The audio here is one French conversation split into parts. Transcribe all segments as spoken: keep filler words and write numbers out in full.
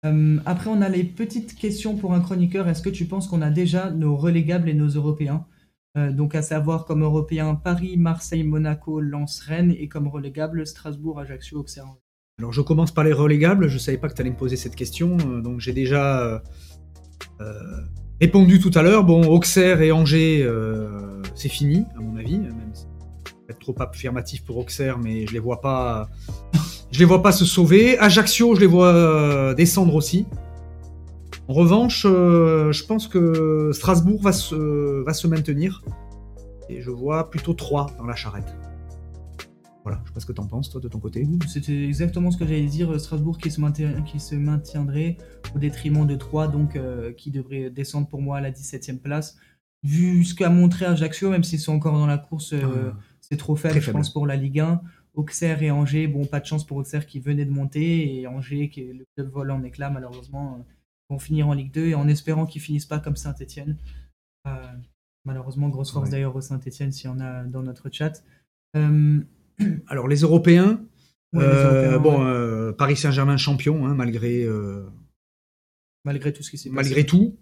Euh, après, on a les petites questions pour un chroniqueur. Est-ce que tu penses qu'on a déjà nos relégables et nos européens? Euh, donc, à savoir comme européen Paris, Marseille, Monaco, Lens, Rennes et comme relégable Strasbourg, Ajaccio, Auxerre. Alors, je commence par les relégables. Je ne savais pas que tu allais me poser cette question. Euh, donc, j'ai déjà euh, euh, répondu tout à l'heure. Bon, Auxerre et Angers, euh, c'est fini, à mon avis. Même si c'est peut-être trop affirmatif pour Auxerre, mais je les vois pas. Je les vois pas se sauver. Ajaccio, je les vois euh, descendre aussi. En revanche, euh, je pense que Strasbourg va se, va se maintenir. Et je vois plutôt trois dans la charrette. Voilà, je sais pas ce que t'en penses, toi, de ton côté. C'était exactement ce que j'allais dire. Strasbourg qui se, maintien, qui se maintiendrait au détriment de Troyes, donc euh, qui devrait descendre pour moi à la dix-septième place. Vu ce qu'a montré Ajaccio, même s'ils sont encore dans la course, euh, ah, c'est trop faible, je faible. pense, pour la Ligue un. Auxerre et Angers, bon, pas de chance pour Auxerre qui venait de monter, et Angers, qui est le club vol en éclat, malheureusement, euh, vont finir en Ligue deux, et en espérant qu'ils finissent pas comme Saint-Etienne. Euh, malheureusement, grosse force ouais. d'ailleurs au Saint-Etienne, s'il y en a dans notre chat. Euh, Alors, les Européens, ouais, euh, les Européens bon, ouais. euh, Paris Saint-Germain champion, hein, malgré, euh, malgré tout ce qui s'est passé. Malgré tout.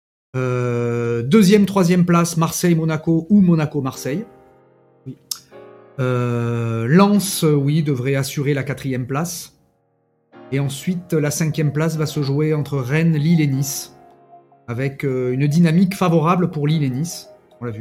Euh, deuxième, troisième place, Marseille-Monaco ou Monaco-Marseille. Oui. Euh, Lens, oui, devrait assurer la quatrième place. Et ensuite, la cinquième place va se jouer entre Rennes, Lille et Nice. Avec euh, une dynamique favorable pour Lille et Nice. On l'a vu.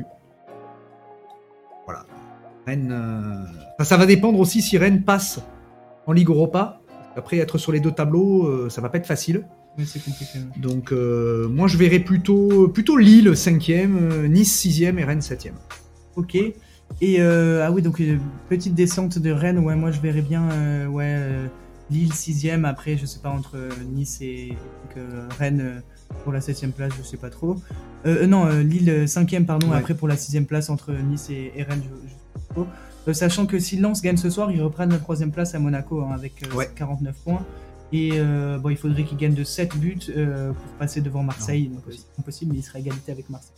Voilà. Rennes... Euh... Enfin, ça va dépendre aussi si Rennes passe en Ligue Europa. Après, être sur les deux tableaux, euh, ça va pas être facile. Oui, c'est compliqué. Ouais. Donc, euh, moi, je verrais plutôt, plutôt Lille cinquième, euh, Nice sixième et Rennes septième. Ok. Et euh, ah oui, donc une petite descente de Rennes. Ouais, moi, je verrais bien euh, ouais, euh, Lille sixième. Après, je sais pas, entre Nice et donc, euh, Rennes euh, pour la septième place, je sais pas trop. Euh, non, euh, Lille cinquième, pardon. Ouais. Après, pour la sixième place entre Nice et, et Rennes, je, je sais pas trop. Euh, sachant que si Lens gagne ce soir, ils reprennent la troisième place à Monaco hein, avec euh, ouais. quarante-neuf points. Et euh, bon, il faudrait qu'ils gagnent de sept buts euh, pour passer devant Marseille. Non, donc c'est impossible, mais il serait égalité avec Marseille.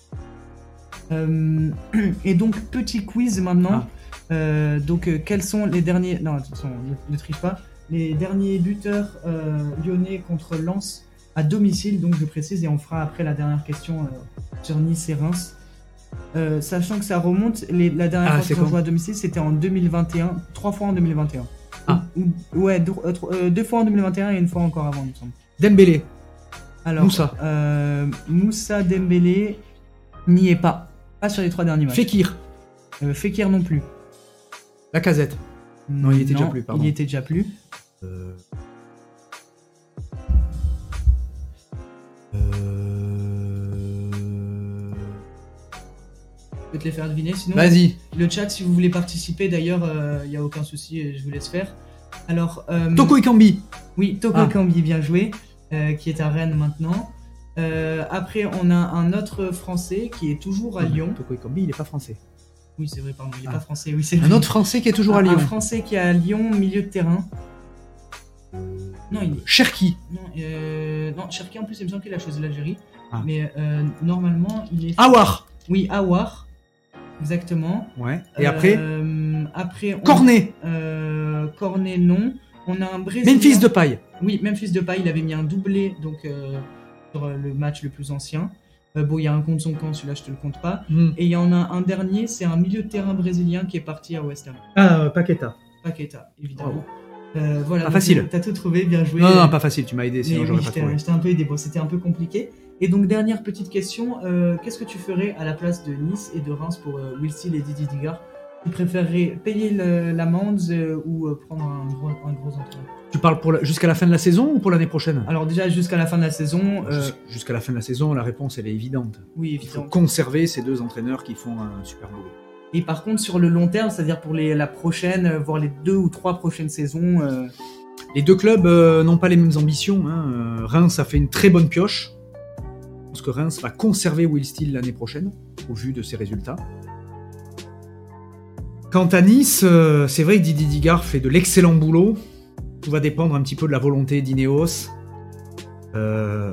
Euh, et donc, petit quiz maintenant. Ah. Euh, donc, euh, quels sont les derniers... Non, attention, ne, ne triche pas. Les derniers buteurs euh, lyonnais contre Lens à domicile, donc je précise, et on fera après la dernière question euh, sur Nice et Reims. Euh, sachant que ça remonte, les, la dernière ah, fois qu'on jouait à domicile, c'était en deux mille vingt et un, trois fois en deux mille vingt et un. Ah. Ou, ouais, deux, euh, deux fois en deux mille vingt et un et une fois encore avant, il me semble. Dembélé. Alors, Moussa. Euh, Moussa Dembélé n'y est pas. Pas sur les trois derniers matchs. Fekir. Euh, Fekir non plus. Lacazette. Non, il était non, déjà plus, pardon. Il était déjà plus. Euh... Euh... Je vais te les faire deviner, sinon... Vas-y. Le chat, si vous voulez participer, d'ailleurs, il euh, n'y a aucun souci, je vous laisse faire. Alors... Euh... Toko Ekambi. Oui, Toko ah. Ekambi, bien joué, euh, qui est à Rennes maintenant. Euh, après, on a un autre Français qui est toujours à Lyon. Toko Ekambi, il n'est pas français. Oui, c'est vrai, pardon, il n'est ah. pas français. Oui, c'est un vrai. autre Français qui est toujours un, à Lyon. Un Français qui est à Lyon, milieu de terrain. Non, il... Cherki. Non, euh... non, Cherki, en plus, il me semble qu'il a choisi l'Algérie. Ah. Mais euh, normalement, il est... Awar. Oui, Awar. Exactement. Ouais. Et après euh, Après, on... Cornet. Euh, Cornet, non. On a un Brésilien. Memphis Depay. Oui, Memphis Depay, il avait mis un doublé donc, euh, sur le match le plus ancien. Euh, bon, il y a un contre son camp, celui-là, je te le compte pas. Mm. Et il y en a un dernier, c'est un milieu de terrain brésilien qui est parti à West Ham. Ah, euh, Paqueta. Paqueta, évidemment. Oh. Euh, voilà, pas facile. T'as tout trouvé, bien joué. Non, non, pas facile, tu m'as aidé, sinon mais j'aurais oui, pas trouvé. Je t'ai un peu aidé, bon, c'était un peu compliqué. Et donc, dernière petite question, euh, qu'est-ce que tu ferais à la place de Nice et de Reims pour euh, Will Steele et Didier Digard? Tu préférerais payer le, l'amende euh, ou euh, prendre un gros, un gros entraîneur? Tu parles pour la, jusqu'à la fin de la saison ou pour l'année prochaine? Alors déjà, jusqu'à la fin de la saison... Euh... Jus- jusqu'à la fin de la saison, la réponse, elle est évidente. Oui, évidemment. Il faut conserver ces deux entraîneurs qui font un super boulot. Et par contre, sur le long terme, c'est-à-dire pour les, la prochaine, voire les deux ou trois prochaines saisons... Euh... Les deux clubs euh, n'ont pas les mêmes ambitions. Hein. Reims a fait une très bonne pioche. Je pense que Reims va conserver Will Steele l'année prochaine, au vu de ses résultats. Quant à Nice, euh, c'est vrai que Didier Digard fait de l'excellent boulot. Tout va dépendre un petit peu de la volonté d'Ineos. Euh...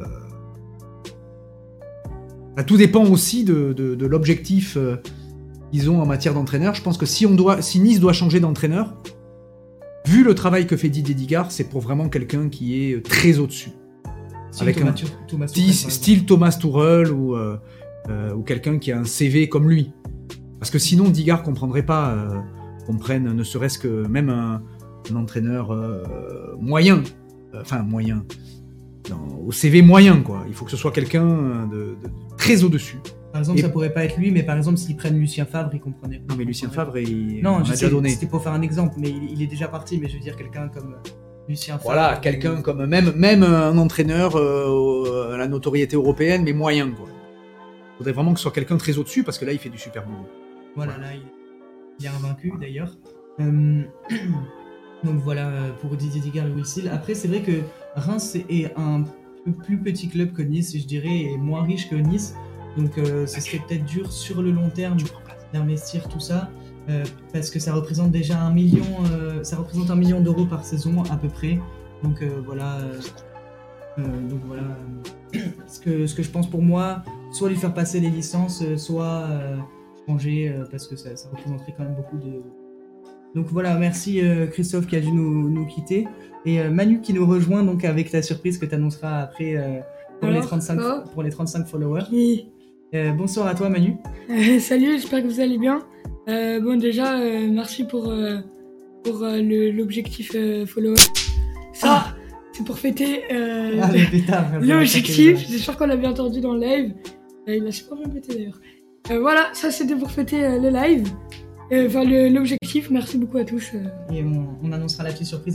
Bah, tout dépend aussi de, de, de l'objectif euh, qu'ils ont en matière d'entraîneur. Je pense que si, on doit, si Nice doit changer d'entraîneur, vu le travail que fait Didier Digard, c'est pour vraiment quelqu'un qui est très au-dessus. Style avec Thomas, un Tu- Thomas style, Tuchel, par exemple. style Thomas Tuchel ou, euh, euh, ou quelqu'un qui a un C V comme lui. Parce que sinon, Digard comprendrait pas euh, qu'on prenne ne serait-ce que même un, un entraîneur euh, moyen, euh, enfin moyen, non, au C V moyen, quoi. Il faut que ce soit quelqu'un de, de très au-dessus. Par exemple, Et- ça pourrait pas être lui, mais par exemple, s'ils prennent Lucien Favre, ils comprenaient. Non, mais Lucien Favre, il, Non, on je a sais, déjà donné. c'était pour faire un exemple, mais il, il est déjà parti, mais je veux dire quelqu'un comme euh, Lucien Favre. Voilà, quelqu'un comme même, même un entraîneur euh, à la notoriété européenne, mais moyen, quoi. Il faudrait vraiment que ce soit quelqu'un très au-dessus, parce que là, il fait du super boulot. Voilà, là, il est bien vaincu d'ailleurs. Euh, Donc voilà euh, pour Didier Digard et Will Steele. Après, c'est vrai que Reims est un peu plus petit club que Nice, je dirais, et moins riche que Nice. Donc euh, ce serait peut-être dur sur le long terme d'investir tout ça, euh, parce que ça représente déjà un million, euh, ça représente un million d'euros par saison à peu près. Donc euh, voilà. euh, euh, donc voilà. euh, ce que ce que je pense pour moi, soit lui faire passer les licences, euh, soit euh, changer, euh, parce que ça, ça représenterait quand même beaucoup de. Donc voilà, merci euh, Christophe qui a dû nous, nous quitter. Et euh, Manu qui nous rejoint donc avec ta surprise que tu annonceras après euh, pour, Alors, les trente-cinq, oh. pour les trente-cinq followers. Oui. Euh, bonsoir à toi Manu. Euh, salut, j'espère que vous allez bien. Euh, bon, déjà, euh, merci pour, euh, pour euh, le- l'objectif euh, follower. Ça, Ah. c'est pour fêter euh, Ah, les pétards. l'objectif. J'espère qu'on l'a bien entendu dans le live. Euh, il a super bien pété d'ailleurs. Euh, voilà, ça c'était pour fêter euh, le live. Euh, Enfin, le- l'objectif. Merci beaucoup à tous. euh. Et on, on annoncera la petite surprise